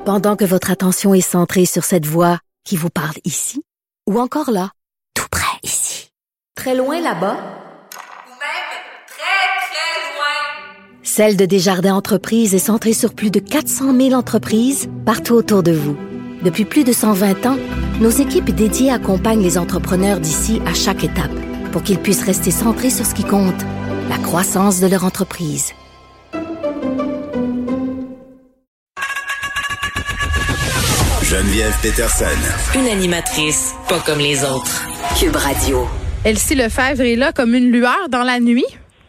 Pendant que votre attention est centrée sur cette voix qui vous parle ici, ou encore là, tout près ici, très loin là-bas, ou même très, très loin. Celle de Desjardins Entreprises est centrée sur plus de 400 000 entreprises partout autour de vous. Depuis plus de 120 ans, nos équipes dédiées accompagnent les entrepreneurs d'ici à chaque étape pour qu'ils puissent rester centrés sur ce qui compte, la croissance de leur entreprise. Geneviève Peterson. Une animatrice pas comme les autres. Cube Radio. Elsie Lefebvre est là comme une lueur dans la nuit.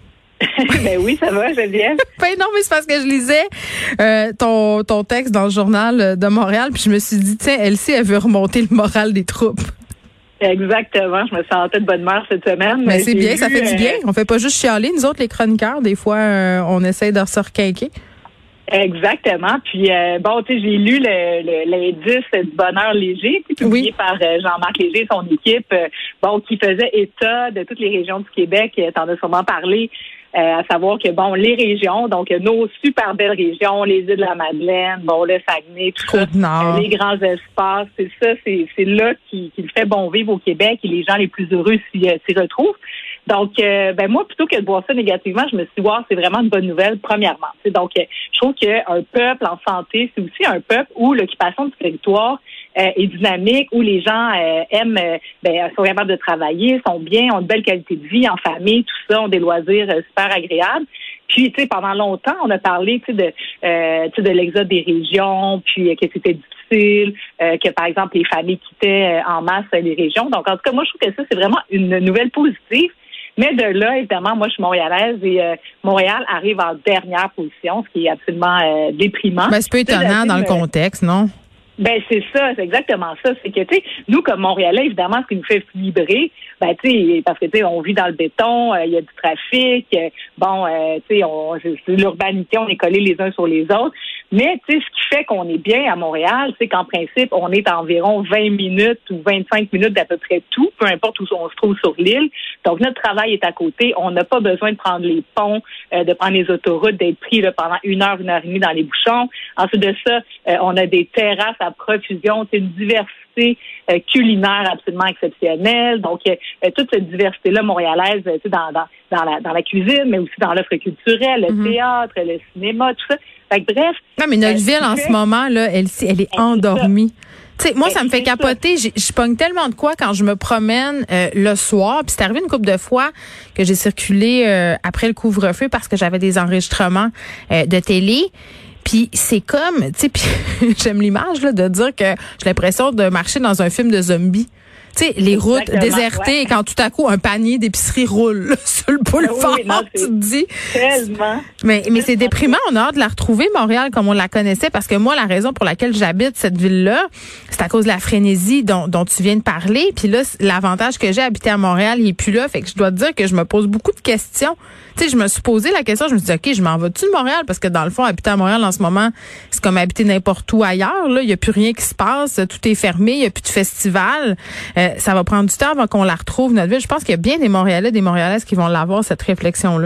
Ben oui, ça va, Geneviève. Ben non, mais c'est parce que je lisais ton texte dans le journal de Montréal, puis je me suis dit, tiens, Elsie, elle veut remonter le moral des troupes. Exactement, je me sentais de bonne humeur cette semaine. Mais c'est bien, ça fait du bien. On fait pas juste chialer, nous autres, les chroniqueurs, des fois, on essaie de se requinquer. Exactement. Puis bon, tu sais, j'ai lu l'indice du bonheur léger, publié par Jean-Marc Léger et son équipe, qui faisait état de toutes les régions du Québec. T'en as sûrement parlé, à savoir que les régions, donc nos super belles régions, les îles de la Madeleine, le Saguenay, tout ça, les grands espaces, c'est ça, c'est là qui fait bon vivre au Québec et les gens les plus heureux s'y retrouvent. Donc, moi, plutôt que de voir ça négativement, je me suis dit, c'est vraiment une bonne nouvelle, premièrement. Donc, je trouve qu'un peuple en santé, c'est aussi un peuple où l'occupation du territoire est dynamique, où les gens aiment, sont capables de travailler, sont bien, ont une belle qualité de vie en famille, tout ça, ont des loisirs super agréables. Puis, tu sais, pendant longtemps, on a parlé, de l'exode des régions, puis que c'était difficile, que, par exemple, les familles quittaient en masse les régions. Donc, en tout cas, moi, je trouve que ça, c'est vraiment une nouvelle positive. Mais de là, évidemment, moi, je suis montréalaise et Montréal arrive en dernière position, ce qui est absolument déprimant. Ben, c'est peu étonnant dans le contexte, non? Ben, c'est ça, c'est exactement ça. C'est que, tu sais, nous, comme Montréalais, évidemment, ce qui nous fait vibrer, parce que, tu sais, on vit dans le béton, il y a du trafic, tu sais, c'est l'urbanité, on est collés les uns sur les autres. Mais, tu sais, ce qui fait qu'on est bien à Montréal, c'est qu'en principe, on est à environ 20 minutes ou 25 minutes d'à peu près tout, peu importe où on se trouve sur l'île. Donc, notre travail est à côté. On n'a pas besoin de prendre les ponts, de prendre les autoroutes, d'être pris pendant 1 heure et demie dans les bouchons. Ensuite de ça, on a des terrasses à profusion, c'est une diversité culinaire absolument exceptionnelle. Donc, toute cette diversité-là montréalaise, tu sais, dans la cuisine, mais aussi dans l'offre culturelle, le théâtre, le cinéma, tout ça. Fait que, bref. Non, mais notre ville en ce moment, là, elle est endormie. Tu sais, moi, ça me fait capoter. Je pogne tellement de quoi quand je me promène le soir. Puis c'est arrivé une couple de fois que j'ai circulé après le couvre-feu parce que j'avais des enregistrements de télé. Puis c'est comme, tu sais, puis j'aime l'image là de dire que j'ai l'impression de marcher dans un film de zombies. Tu sais, les routes désertées, quand tout à coup un panier d'épicerie roule là, sur le boulevard, tu te dis. Tellement. Mais c'est déprimant. On a hâte de la retrouver, Montréal, comme on la connaissait, parce que moi, la raison pour laquelle j'habite cette ville-là, c'est à cause de la frénésie dont tu viens de parler. Puis là, l'avantage que j'ai à habiter à Montréal, il est plus là. Fait que je dois te dire que je me pose beaucoup de questions. Tu sais, je me suis posé la question, je me suis dit, OK, je m'en vais-tu de Montréal? Parce que dans le fond, habiter à Montréal en ce moment, c'est comme habiter n'importe où ailleurs. Là, il n'y a plus rien qui se passe. Tout est fermé. Il n'y a plus de festival. Ça va prendre du temps avant qu'on la retrouve, notre ville. Je pense qu'il y a bien des Montréalais, des Montréalaises qui vont l'avoir, cette réflexion-là.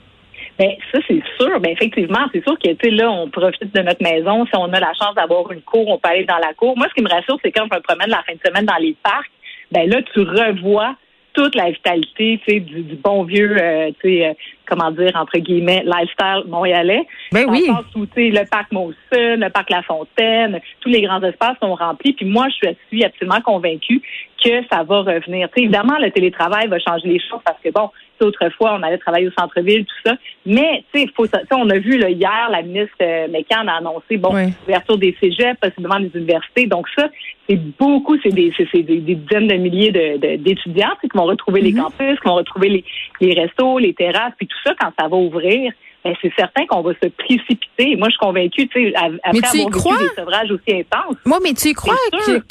Ben ça, c'est sûr. Ben effectivement, c'est sûr que, tu sais, là, on profite de notre maison. Si on a la chance d'avoir une cour, on peut aller dans la cour. Moi, ce qui me rassure, c'est quand je me promène la fin de semaine dans les parcs, ben là, tu revois toute la vitalité, tu sais, du bon vieux, comment dire, entre guillemets, lifestyle montréalais. Ben oui. Dans le sens où, tu sais, le parc Molson, le parc La Fontaine, tous les grands espaces sont remplis. Puis moi, je suis absolument convaincue que ça va revenir. Tu sais, évidemment, le télétravail va changer les choses parce que, bon, autrefois, on allait travailler au centre-ville, tout ça. Mais, tu sais, on a vu là, hier, la ministre Mécan a annoncé, l'ouverture des cégeps, possiblement des universités. Donc ça, c'est des dizaines de milliers d'étudiants qui vont retrouver les campus, qui vont retrouver les restos, les terrasses, puis tout ça, quand ça va ouvrir, ben, c'est certain qu'on va se précipiter. Moi, je suis convaincue, tu sais, après avoir vécu des sevrages aussi intenses. Moi, mais tu y crois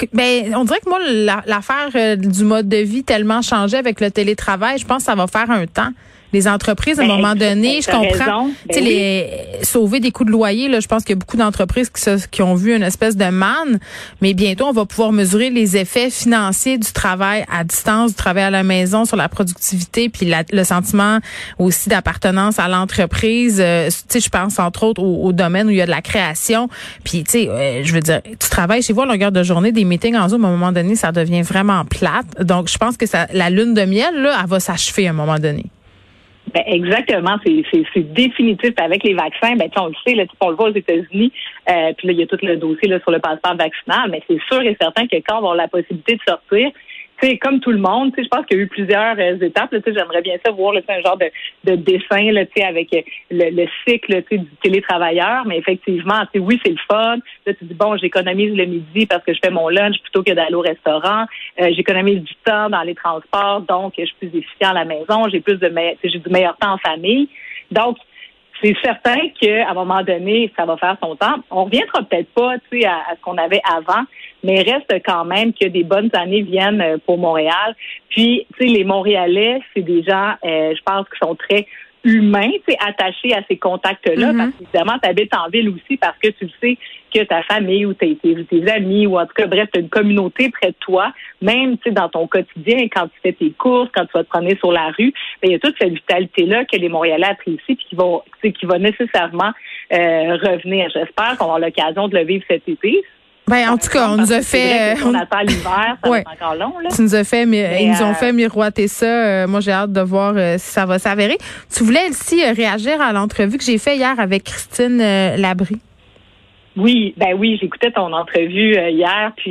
on dirait que moi, l'affaire du mode de vie tellement changé avec le télétravail, je pense que ça va faire un temps. Les entreprises, à un moment donné, je comprends, sauver des coûts de loyer, là, je pense qu'il y a beaucoup d'entreprises qui ont vu une espèce de manne, mais bientôt, on va pouvoir mesurer les effets financiers du travail à distance, du travail à la maison, sur la productivité, puis le sentiment aussi d'appartenance à l'entreprise. Je pense entre autres au domaine où il y a de la création. Puis, je veux dire, tu travailles chez vous à longueur de journée, des meetings en Zoom, à un moment donné, ça devient vraiment plate. Donc, je pense que la lune de miel, là, elle va s'achever à un moment donné. Ben exactement, c'est définitif. Avec les vaccins, on le sait, là, on le voit aux États-Unis, puis là, il y a tout le dossier là, sur le passeport vaccinal, mais c'est sûr et certain que quand on va avoir la possibilité de sortir, comme tout le monde, je pense qu'il y a eu plusieurs étapes. Là, j'aimerais bien ça voir là, un genre de dessin là, avec le cycle du télétravailleur, mais effectivement, oui, c'est le fun. Là, tu dis, bon, j'économise le midi parce que je fais mon lunch plutôt que d'aller au restaurant. J'économise du temps dans les transports, donc je suis plus efficient à la maison, j'ai du meilleur temps en famille. Donc, c'est certain qu'à un moment donné, ça va faire son temps. On reviendra peut-être pas, à ce qu'on avait avant, mais reste quand même que des bonnes années viennent pour Montréal. Puis, les Montréalais, c'est des gens, je pense, qui sont très humains, attachés à ces contacts-là, parce qu'évidemment, tu habites en ville aussi parce que tu le sais que ta famille ou tes amis, ou en tout cas, bref, tu as une communauté près de toi, même dans ton quotidien, quand tu fais tes courses, quand tu vas te promener sur la rue, il y a toute cette vitalité-là que les Montréalais apprécient puis qui va nécessairement revenir. J'espère qu'on aura l'occasion de le vivre cet été. En tout cas, on nous a fait. On attend l'hiver, ça va être encore long, là. Tu nous as fait, ils nous ont fait miroiter ça. Moi, j'ai hâte de voir si ça va s'avérer. Tu voulais aussi réagir à l'entrevue que j'ai fait hier avec Christine Labrie. Oui, j'écoutais ton entrevue hier, puis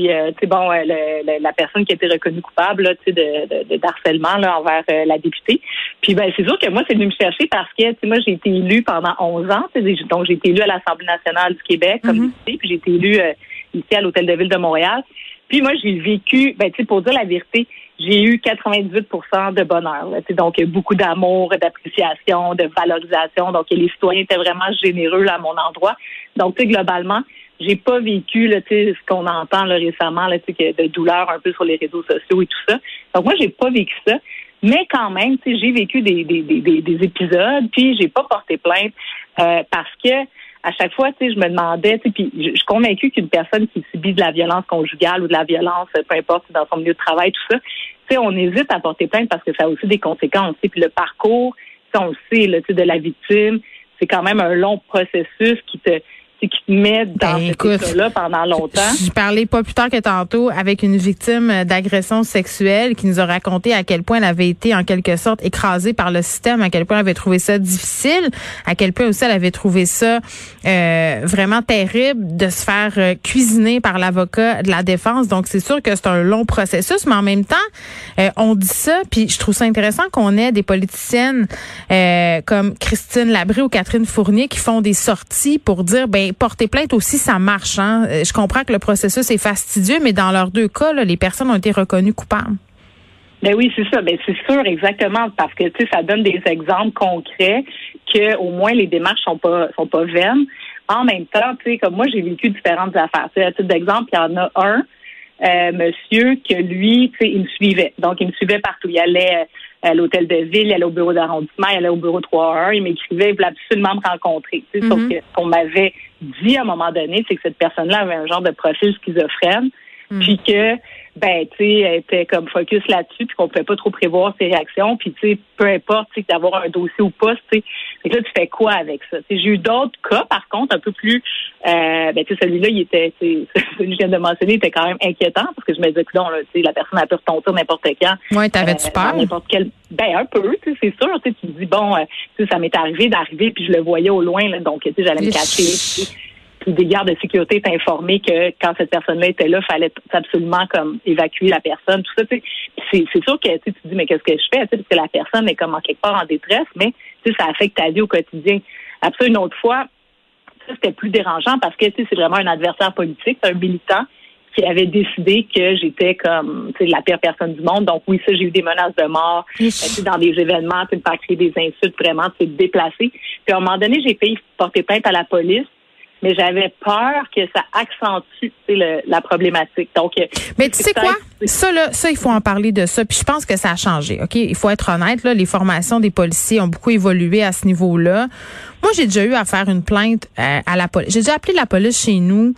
la personne qui a été reconnue coupable là, de harcèlement là, envers la députée. Puis c'est sûr que moi, c'est venu me chercher parce que moi, j'ai été élue pendant 11 ans. Donc, j'ai été élue à l'Assemblée nationale du Québec comme députée, puis j'ai été élue ici à l'Hôtel de Ville de Montréal. Puis moi, j'ai vécu, pour dire la vérité, j'ai eu 98% de bonheur. Là, donc, beaucoup d'amour, d'appréciation, de valorisation. Donc, les citoyens étaient vraiment généreux là, à mon endroit. Donc, globalement, j'ai pas vécu là, ce qu'on entend là, récemment, là, de douleur un peu sur les réseaux sociaux et tout ça. Donc, moi, j'ai pas vécu ça. Mais quand même, j'ai vécu des épisodes, puis j'ai pas porté plainte parce que à chaque fois, je me demandais, puis je suis convaincue qu'une personne qui subit de la violence conjugale ou de la violence, peu importe, dans son milieu de travail, tout ça, on hésite à porter plainte parce que ça a aussi des conséquences. Puis le parcours, on le sait, là, de la victime, c'est quand même un long processus qui te met dans cet état-là pendant longtemps. Je parlais pas plus tard que tantôt avec une victime d'agression sexuelle qui nous a raconté à quel point elle avait été en quelque sorte écrasée par le système, à quel point elle avait trouvé ça difficile, à quel point aussi elle avait trouvé ça vraiment terrible de se faire cuisiner par l'avocat de la défense. Donc c'est sûr que c'est un long processus, mais en même temps, on dit ça, puis je trouve ça intéressant qu'on ait des politiciennes comme Christine Labrie ou Catherine Fournier qui font des sorties pour dire porter plainte aussi, ça marche. Hein? Je comprends que le processus est fastidieux, mais dans leurs deux cas, là, les personnes ont été reconnues coupables. Ben oui, c'est ça. Ben c'est sûr, exactement, parce que ça donne des exemples concrets que au moins les démarches sont pas vaines. En même temps, comme moi, j'ai vécu différentes affaires. À titre d'exemple, il y en a un monsieur que lui, il me suivait. Donc, il me suivait partout. Il allait à l'hôtel de ville, il allait au bureau d'arrondissement, il allait au bureau 3A1, il m'écrivait, il voulait absolument me rencontrer. Sauf que ce qu'on m'avait dit à un moment donné, c'est que cette personne-là avait un genre de profil schizophrène, puis que, elle était comme focus là-dessus, puis qu'on pouvait pas trop prévoir ses réactions, puis peu importe, d'avoir un dossier ou pas, fait que là, tu fais quoi avec ça? J'ai eu d'autres cas, par contre, un peu plus, celui-là, il était, celui que je viens de mentionner, était quand même inquiétant, parce que je me disais que non, là, la personne a pu retomber n'importe quand. Ouais, t'avais-tu peur? N'importe quel, un peu, c'est sûr, tu te dis, bon, ça m'est arrivé d'arriver, puis je le voyais au loin, là, donc, j'allais me cacher, puis des gardes de sécurité étaient informés que quand cette personne-là était là, il fallait absolument comme évacuer la personne, tout ça. C'est sûr que tu te dis, mais qu'est-ce que je fais? Parce que la personne est comme en quelque part en détresse, mais ça affecte ta vie au quotidien. Après ça, une autre fois, ça, c'était plus dérangeant parce que c'est vraiment un adversaire politique, c'est un militant qui avait décidé que j'étais comme la pire personne du monde. Donc oui, ça, j'ai eu des menaces de mort dans des événements, de faire créer des insultes, vraiment déplacées. Puis à un moment donné, j'ai failli porter plainte à la police. mais j'avais peur que ça accentue la problématique. Donc, mais tu sais quoi? Ça, il faut en parler de ça. Puis je pense que ça a changé. OK? Il faut être honnête, là, les formations des policiers ont beaucoup évolué à ce niveau-là. Moi, j'ai déjà eu à faire une plainte à la police. J'ai déjà appelé la police chez nous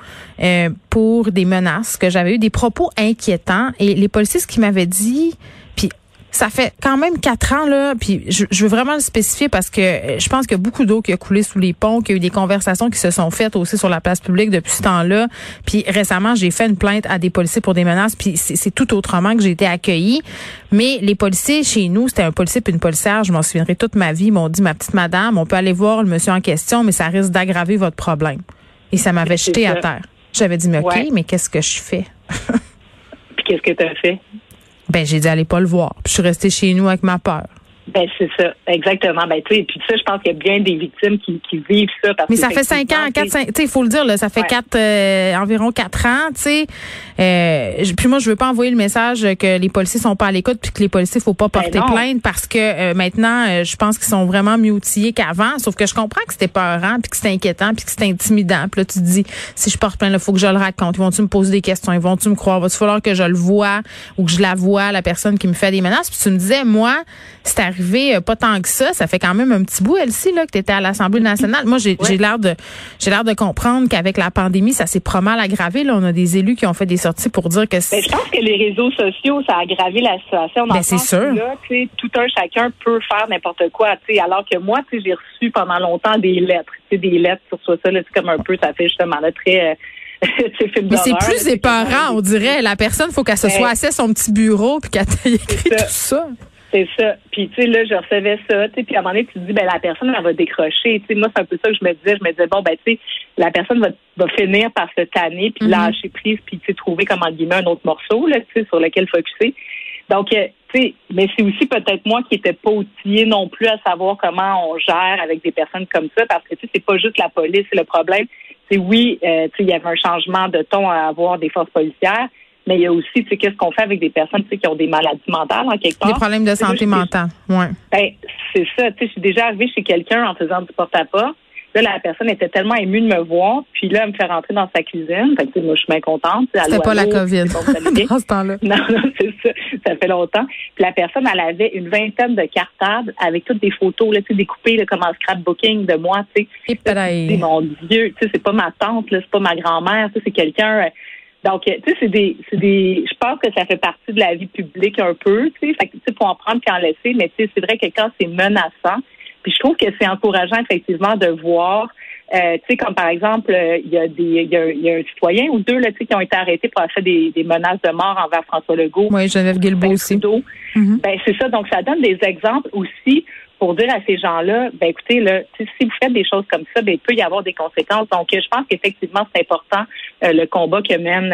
pour des menaces, que j'avais eu des propos inquiétants. Et les policiers, ce qu'ils m'avaient dit, puis ça fait quand même 4 ans, là, puis je veux vraiment le spécifier parce que je pense qu'il y a beaucoup d'eau qui a coulé sous les ponts, qu'il y a eu des conversations qui se sont faites aussi sur la place publique depuis ce temps-là. Puis récemment, j'ai fait une plainte à des policiers pour des menaces, puis c'est tout autrement que j'ai été accueillie. Mais les policiers chez nous, c'était un policier puis une policière, je m'en souviendrai toute ma vie, ils m'ont dit, ma petite madame, on peut aller voir le monsieur en question, mais ça risque d'aggraver votre problème. Et ça m'avait jeté à terre. J'avais dit, mais OK, mais qu'est-ce que je fais? Puis qu'est-ce que tu as fait? Ben, j'ai dit, allez pas le voir. Puis je suis restée chez nous avec ma peur. Ben, c'est ça. Exactement. Ben, tu sais, puis ça, je pense qu'il y a bien des victimes qui vivent ça. Parce mais que ça fait 5 ans, 4, 5, tu sais, il faut le dire, là, ça fait environ 4 ans, tu sais. Puis moi, je veux pas envoyer le message que les policiers sont pas à l'écoute puis que les policiers, faut pas porter plainte parce que maintenant, je pense qu'ils sont vraiment mieux outillés qu'avant. Sauf que je comprends que c'était peurant puis que c'était inquiétant puis que c'était intimidant. Puis là, tu te dis, si je porte plainte, il faut que je le raconte. Ils vont-tu me poser des questions? Ils vont-tu me croire? Va-tu falloir que je le vois ou que je la vois, la personne qui me fait des menaces? Puis tu me disais, moi, c'est arrivé pas tant que ça fait quand même un petit bout, Elsie, là, que tu étais à l'Assemblée nationale. Moi, j'ai l'air de comprendre qu'avec la pandémie, ça s'est pas mal aggravé. Là, on a des élus qui ont fait des sorties pour dire que ben, je pense que les réseaux sociaux, ça a aggravé la situation. Ben, c'est sûr. Là, tout un chacun peut faire n'importe quoi. Alors que moi, j'ai reçu pendant longtemps des lettres. Des lettres sur ça, là, c'est comme un peu, ça fait justement là, très... mais c'est plus épeurant, on dirait. La personne, faut qu'elle se soit assise à son petit bureau puis qu'elle ait écrit tout ça. C'est ça. Puis, tu sais, là, je recevais ça, tu sais, puis à un moment donné, tu te dis, ben la personne, elle va décrocher. Tu sais, moi, c'est un peu ça que je me disais. Je me disais, bon, ben, tu sais, la personne va finir par se tanner, puis lâcher prise, puis, tu sais, trouver, comme en guillemets, un autre morceau, là, tu sais, sur lequel focusser. Donc, tu sais, mais c'est aussi peut-être moi qui n'étais pas outillée non plus à savoir comment on gère avec des personnes comme ça, parce que, tu sais, c'est pas juste la police, c'est le problème. C'est oui, tu sais, il y avait un changement de ton à avoir des forces policières, mais il y a aussi, tu sais, qu'est-ce qu'on fait avec des personnes, tu sais, qui ont des maladies mentales, en quelque part. Des problèmes de santé mentale, oui. Ben, c'est ça, tu sais, je suis déjà arrivée chez quelqu'un en faisant du porte-à-porte. Là, la personne était tellement émue de me voir, puis là, elle me fait rentrer dans sa cuisine. Fait que, tu sais, moi, je suis bien contente. C'était pas la COVID dans ce temps-là. Non, c'est ça. Ça fait longtemps. Puis la personne, elle avait une 20aine de cartables avec toutes des photos, là, tu sais, découpées, là, comme en scrapbooking de moi, tu sais. Et mon Dieu, tu sais, c'est pas ma tante, là, c'est pas ma grand-mère, tu sais, c'est quelqu'un... Donc, tu sais, c'est des. Je pense que ça fait partie de la vie publique un peu, tu sais. Fait que, tu sais, faut en prendre puis en laisser, mais tu sais, c'est vrai que quand c'est menaçant, puis je trouve que c'est encourageant effectivement de voir, tu sais, comme par exemple, il y a un citoyen ou deux là, tu sais, qui ont été arrêtés pour avoir fait des menaces de mort envers François Legault. Oui, Geneviève Guilbeault aussi. Ben c'est ça. Donc, ça donne des exemples aussi pour dire à ces gens-là, ben écoutez, là, si vous faites des choses comme ça, ben il peut y avoir des conséquences. Donc, je pense qu'effectivement, c'est important le combat que mène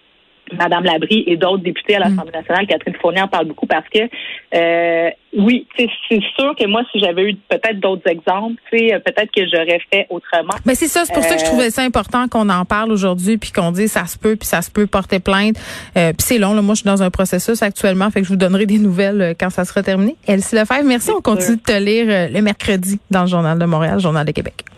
Madame Labrie et d'autres députés à l'Assemblée nationale. Catherine Fournier en parle beaucoup parce que oui, c'est sûr que moi, si j'avais eu peut-être d'autres exemples, peut-être que j'aurais fait autrement. Mais c'est ça, c'est pour ça que je trouvais ça important qu'on en parle aujourd'hui puis qu'on dise ça se peut porter plainte. Puis c'est long, là, moi je suis dans un processus actuellement, fait que je vous donnerai des nouvelles quand ça sera terminé. Elsie Lefebvre, merci, on continue de te lire le mercredi dans le Journal de Montréal, Journal de Québec.